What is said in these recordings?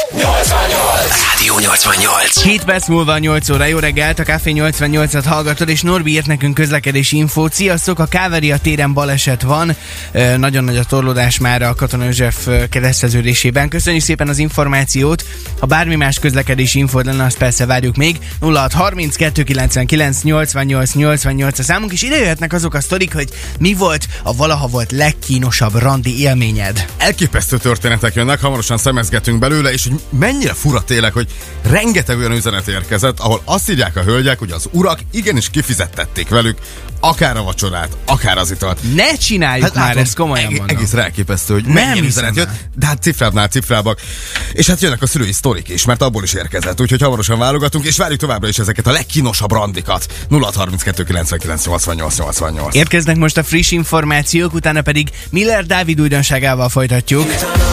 Rádió 88. 7 perc múlva 8 óra. Jó reggelt, a Café 88-at hallgatod, és Norbi írt nekünk közlekedési infót. Sziasztok, a Káveria téren baleset van. Nagyon nagy a torlódás már a Katona József kereszteződésében. Köszönjük szépen az információt. Ha bármi más közlekedési infód lenne, azt persze várjuk még. 0630 299 88 88 a számunk, és ide jöhetnek azok a sztorik, hogy mi volt a valaha volt legkínosabb randi élményed. Elképesztő történetek jönnek, hamarosan szemezgetünk belőle, és hogy mennyire fura tényleg, hogy rengeteg olyan üzenet érkezett, ahol azt írják a hölgyek, hogy az urak igenis kifizettették velük akár a vacsorát, akár az italt. Ne csináljuk már, ezt komolyan mondom. Egész elképesztő, hogy mennyire üzenet jött, de hát cifrábbnál cifrábbak. És hát jönnek a szülői sztorik is, mert abból is érkezett, úgyhogy hamarosan válogatunk, és várjuk továbbra is ezeket a legkínosabb randikat. 0632 99 88 88. Érkeznek most a friss információk, utána pedig Miller Dávid újdonságával folytatjuk.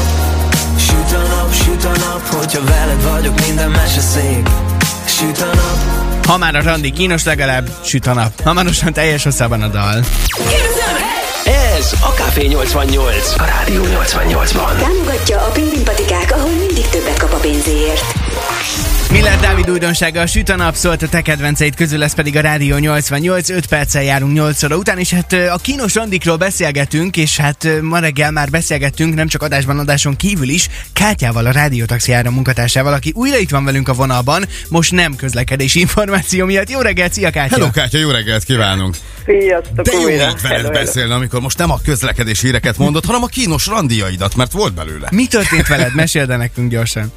Süt a nap, hogyha veled vagyok, minden mese szép. Süt a nap. Ha már a randi kínos, legalább süt a nap. Hamarosan teljes hosszában a dal. Ez a Café 88. A Rádió 88-ban. Támogatja a Pingvin patikák, ahol mindig többet kap a pénzéért. Miller Dávid újdonsága, a süt a nap, szólt a te kedvenceid közül, ez pedig a Rádió 88, 5 perccel járunk 8 óra után, és hát a kínos randikról beszélgetünk, és hát ma reggel már beszélgettünk, nem csak adáson kívül is, Kátyával, a Rádiótaxi Áram munkatársával, aki újra itt van velünk a vonalban, most nem közlekedési információ miatt. Jó reggelt, szia Kátya! Hello Kátya, jó reggelt kívánunk! Sziasztok! De jó újra. volt veled beszélni, amikor most nem a közlekedési híreket mondod, hanem a kínos randiaidat, mert volt belőle. Mi történt veled? Meséld el nekünk gyorsan.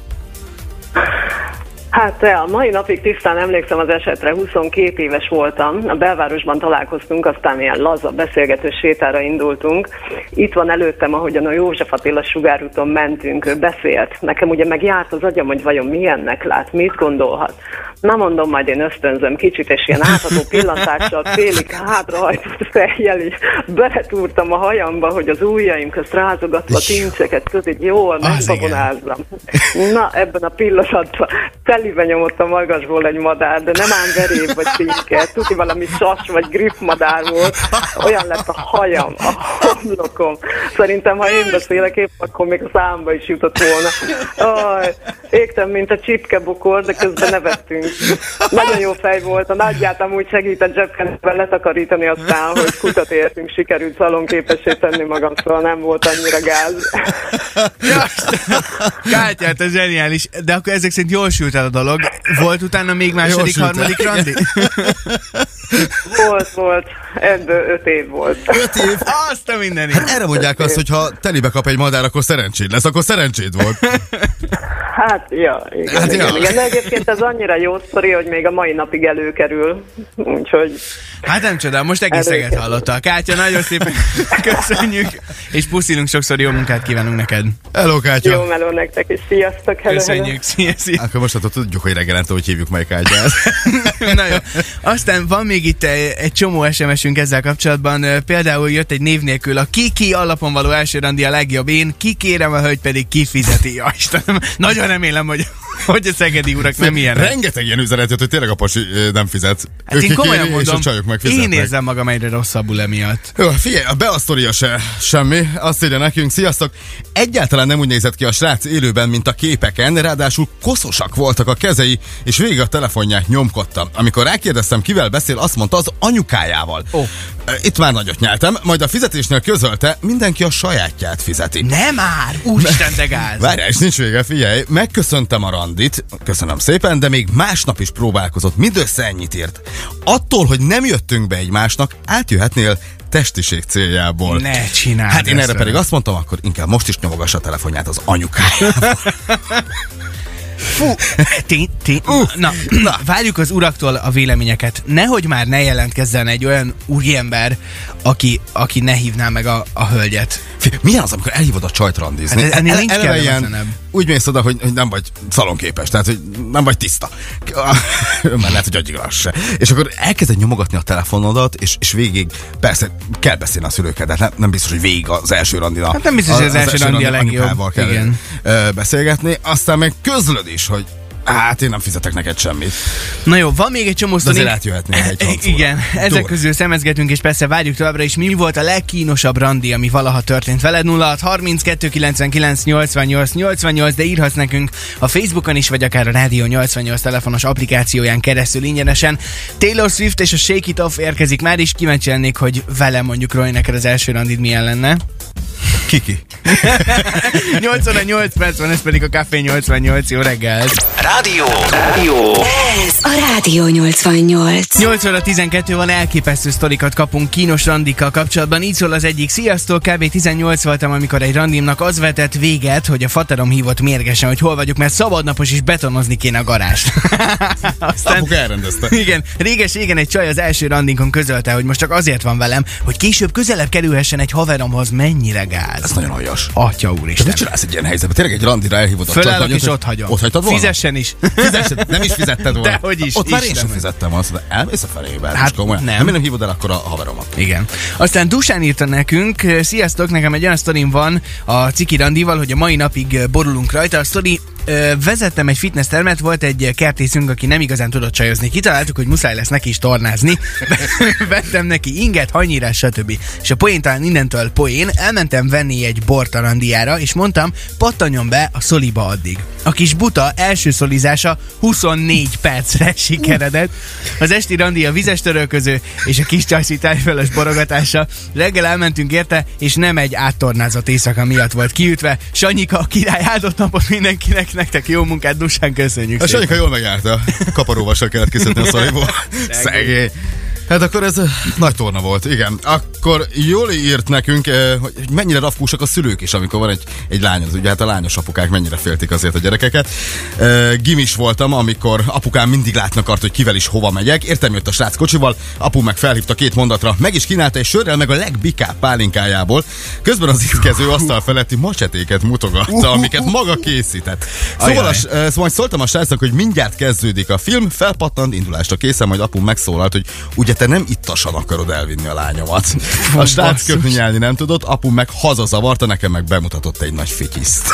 Hát a mai napig tisztán emlékszem az esetre, 22 éves voltam, a belvárosban találkoztunk, aztán ilyen laza beszélgető sétára indultunk. Itt van előttem, ahogyan a József Attila sugárúton mentünk, ő beszélt. Nekem ugye megjárt az agyam, hogy vajon milyennek lát, mit gondolhat. Na mondom, majd én ösztönzöm kicsit, és ilyen átható pillantással félig hátrahajtott fejjel, és beletúrtam a hajamba, hogy az ujjaim közt rázogatva tincseket közé jól megbabonázzam. Na, ebben a pillanatban telibe nyomott a magasból egy madár, de nem ám veréb vagy tinke, tuti valami sas vagy griffmadár volt, olyan lett a hajam, a homlokom. Szerintem, ha én beszélek épp, akkor még a számba is jutott volna. Égtem, mint a csipkebukor, de közben nevettünk. Nagyon jó fej volt, a nagyját amúgy segített zsebkenővel letakarítani, aztán, hogy kutat értünk, sikerült szalonképessé tenni magam, szóval nem volt annyira gáz. Kátya, ez zseniális, de akkor ezek szerint jól sült el a dolog. Volt utána még második, harmadik randi? Volt. Ebből 5 év volt. 5 év? Azt a mindenit. Hát erre mondják azt, hogy ha telibe kap egy madár, akkor szerencséd lesz, akkor szerencséd volt. Hát, igen. De egyébként ez annyira jó sztori, hogy még a mai napig előkerül. Úgyhogy... Hát nem csodál, most egész Szeged hallotta. Kátya, nagyon szépen köszönjük, és puszilunk, sokszor jó munkát kívánunk neked. Hello, Kátya! Jó meló nektek, és sziasztok! Köszönjük, szia. Akkor most tudjuk, hogy reggelente, hogy hívjuk meg Kátyát. Na jó. Aztán van még itt egy csomó SMS-ünk ezzel kapcsolatban. Például jött egy név nélkül a Kiki alapon való első randi a legjobb. Én kikérem, a hölgy pedig kifizeti. Ja, Istenem, nagyon remélem, hogy a szegedi urak nem ilyenek. Rengeteg ilyen üzenet jött, hogy tényleg a pasi nem fizet. Hát én komolyan mondom, és a csajok megfizetnek. én érzem magam egyre rosszabbul emiatt. Jó, figyelj, a beasztoria se semmi. Azt írja nekünk, sziasztok! Egyáltalán nem úgy nézett ki a srác élőben, mint a képeken, ráadásul koszosak voltak a kezei, és végig a telefonját nyomkodta. Amikor rákérdeztem, kivel beszél, azt mondta, az anyukájával. Oh. Itt már nagyot nyeltem, majd a fizetésnél közölte, mindenki a sajátját fizeti. Nem már! Úristen, de gáz! Várjál, és nincs vége, figyelj, megköszöntem a randit, köszönöm szépen, de még másnap is próbálkozott, mindössze ennyit írt. Attól, hogy nem jöttünk be egymásnak, átjöhetnél testiség céljából. Ne csinálj! Hát én erre pedig azt mondtam, akkor inkább most is nyomogassa a telefonját az anyukájával. Fú, na, várjuk az uraktól a véleményeket. Nehogy már ne jelentkezzen egy olyan úriember, aki ne hívná meg a hölgyet. Milyen az, amikor elhívod a csajt randizni? Hát ennél nincs kellemetlenebb. Úgy mész oda, hogy nem vagy szalonképes, tehát hogy nem vagy tiszta. Már lehet, hogy agyig se. És akkor elkezded nyomogatni a telefonodat, és végig, persze kell beszélni a szülőkkel, de nem biztos, hogy végig az első randina. Hát nem biztos, hogy az első randi a legjobb. Kell beszélgetni, aztán meg közlöd is, hogy Hát én nem fizetek neked semmit. Na jó, van még egy csomó sztori. Azért átjöhetnél egy francúra. Igen, ezek közül szemezgetünk, és persze várjuk továbbra is, mi volt a legkínosabb randi, ami valaha történt veled. 0632 99 88 88, de írhatsz nekünk a Facebookon is, vagy akár a Rádió 88 telefonos applikációján keresztül ingyenesen. Taylor Swift és a Shake It Off érkezik már is, kíváncsi lennék, hogy vele mondjuk Roy, neked az első randid milyen lenne. Kiki. 88 perc van, ez pedig a Café 88, jó reggelt! Rádió! Ez a Rádió 88. 8 óra 12 van, elképesztő sztorikat kapunk kínos randikkal kapcsolatban. Így szól az egyik: sziasztok, kb. 18 voltam, amikor egy randimnak az vetett véget, hogy a faterom hívott mérgesen, hogy hol vagyok, mert szabadnapos is betonozni kéne a garást. Aztán, Apuk elrendezte. igen, réges-régen egy csaj az első randinkon közölte, hogy most csak azért van velem, hogy később közelebb kerülhessen egy haveromhoz. Mennyire gáz. Ez nagyon aljas. Atya De úristen. mit csinálsz egy ilyen helyzetben? Tényleg egy randira elhívod a Fölállok csajt, és ott hagyom. Ott hagytad volna? Fizessen is. Fizessen, nem is fizetted volna. Dehogy is, Ott már én sem Istenem. fizettem azt, de elmész a felébe. Hát nem. Nem hívod el akkor a haveromat. Igen. Aztán Dusán írta nekünk: sziasztok, nekem egy olyan sztorim van a ciki randival, hogy a mai napig borulunk rajta. A sztori: vezettem egy fitness termet, volt egy kertészünk, aki nem igazán tudott csajozni. Kitaláltuk, hogy muszáj lesz neki is tornázni. Vettem neki inget, hajnyírás, stb. És a poén talán innentől poén, elmentem venni egy bort a randiára, és mondtam, pattanjon be a szoliba addig. A kis buta első szolizása 24 percre sikeredett. Az esti randi a vizes törölköző és a kis csajszi tájfölös borogatása. Reggel elmentünk érte, és nem egy áttornázott éjszaka miatt volt kiütve. Sanyika, a király, áldott napot mindenkinek, nektek jó munkát, Dusán, köszönjük A szépen. Sanyika jól megjárta. Kaparóval sem kellett kiszedni a szaliból. Szegény. Hát akkor ez nagy torna volt, igen. Akkor jól írt nekünk, hogy mennyire rafkúsak a szülők is, amikor van egy lányod. Ugye hát a lányos apukák mennyire féltik azért a gyerekeket. Gimis voltam, amikor apukám mindig látni akart, hogy kivel is hova megyek. Értem, jött a srác kocsival, apu meg felhívta 2 mondatra, meg is kínálta egy sörrel, meg a legbikább pálinkájából. Közben az itt asztal feletti macsetéket mutogatta, amiket maga készített. Szóval szóltam a srácnak, hogy mindjárt kezdődik a film, felpattant, indulásra készen, majd apu megszólalt, hogy ugye te nem ittasan akarod elvinni a lányomat. A srác köpni nyelni nem tudott, apu meg hazazavarta, nekem meg bemutatott egy nagy fityiszt.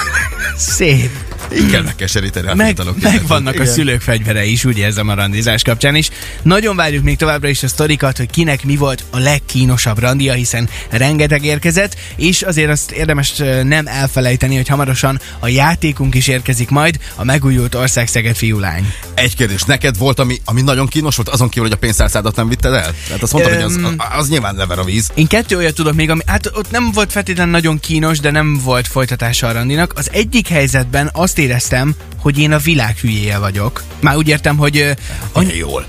Szép. Így kell megkeseríteni a fiatalok. Megvannak a Igen. szülők fegyvere is, úgy érzem, a randizás kapcsán is. Nagyon várjuk még továbbra is a sztorikat, hogy kinek mi volt a legkínosabb randia, hiszen rengeteg érkezett, és azért azt érdemes nem elfelejteni, hogy hamarosan a játékunk is érkezik majd, a megújult Ország-Szeged fiú-lány. Egy kérdés, neked volt, ami nagyon kínos volt, azon kívül, hogy a pénztárcádat nem vitted el? Tehát azt mondtad, hogy az nyilván lever a víz. Én 2 olyat tudok még, ami, hát ott nem volt feltétlenül nagyon kínos, de nem volt folytatása a randinak. Az egyik helyzetben azt éreztem, hogy én a világ hülyéje vagyok. Már úgy értem, hogy Jól.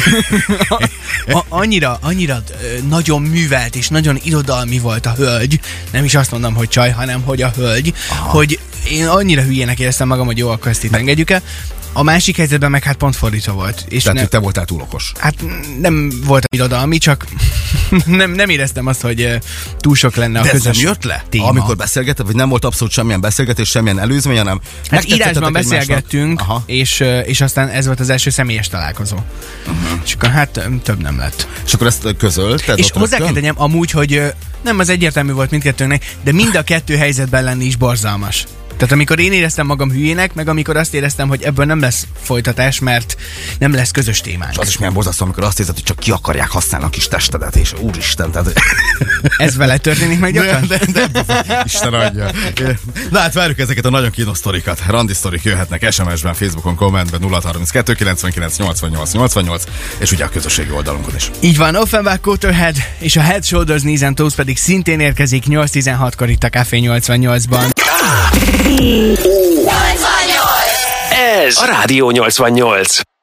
annyira nagyon művelt és nagyon irodalmi volt a hölgy, nem is azt mondom, hogy csaj, hanem hogy a hölgy, hogy én annyira hülyének éreztem magam, hogy jó, akkor ezt itt engedjük el. A másik helyzetben meg hát pont fordítva volt. És Tehát, hogy te voltál túl okos. Hát nem volt irodalmi, csak nem éreztem azt, hogy túl sok lenne a De ez közös nem jött le? téma. Amikor beszélgetted, vagy nem volt abszolút semmilyen beszélgetés, semmilyen előzmény, hanem Hát megtetszettetek írásban egymásnak? beszélgettünk, Aha. és aztán ez volt az első személyes találkozó. És akkor hát több nem lett. És akkor ezt közölted? És ott hozzá kell rögtön? tegyem amúgy, hogy nem az egyértelmű volt mindkettőnek, de mind a 2 helyzetben lenni is borzalmas. Tehát amikor én éreztem magam hülyének, meg amikor azt éreztem, hogy ebből nem lesz folytatás, mert nem lesz közös témánk. És az is milyen borzasztó, amikor azt érzed, hogy csak ki akarják használni a kis testedet, és úristen, tehát... Ez vele történik meg gyakran? De, Isten adja. Na hát várjuk ezeket a nagyon kínos sztorikat. Randi sztorik jöhetnek SMS-ben, Facebookon, kommentben 0632 99 88 88, és ugye a közösségi oldalunkon is. Így van, Offenbach, Cotorhead és a Head, Shoulders, Knees and Toes pedig szintén érkezik 8-16-kor itt a Café 88-ban. Ez a Rádió 88.